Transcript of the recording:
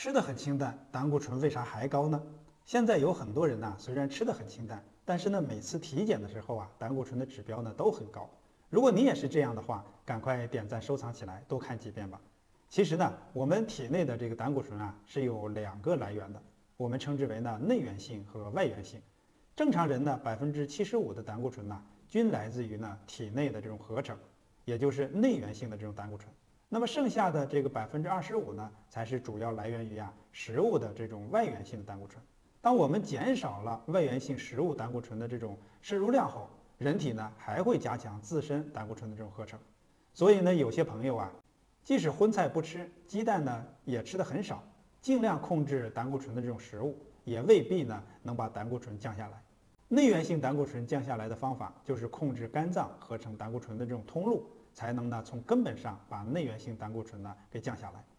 吃的很清淡，胆固醇为啥还高呢？现在有很多人呢，虽然吃的很清淡，但是呢，每次体检的时候啊，胆固醇的指标呢都很高。如果你也是这样的话，赶快点赞收藏起来，多看几遍吧。其实呢，我们体内的这个胆固醇啊是有两个来源的，我们称之为呢内源性和外源性。正常人呢75%的胆固醇呢均来自于呢体内的这种合成，也就是内源性的这种胆固醇。那么剩下的这个25%呢，才是主要来源于食物的这种外源性的胆固醇。当我们减少了外源性食物胆固醇的这种摄入量后，人体呢还会加强自身胆固醇的这种合成。所以呢，有些朋友啊，即使荤菜不吃，鸡蛋呢也吃的很少，尽量控制胆固醇的这种食物，也未必呢能把胆固醇降下来。内源性胆固醇降下来的方法就是控制肝脏合成胆固醇的这种通路，才能呢从根本上把内源性胆固醇呢给降下来。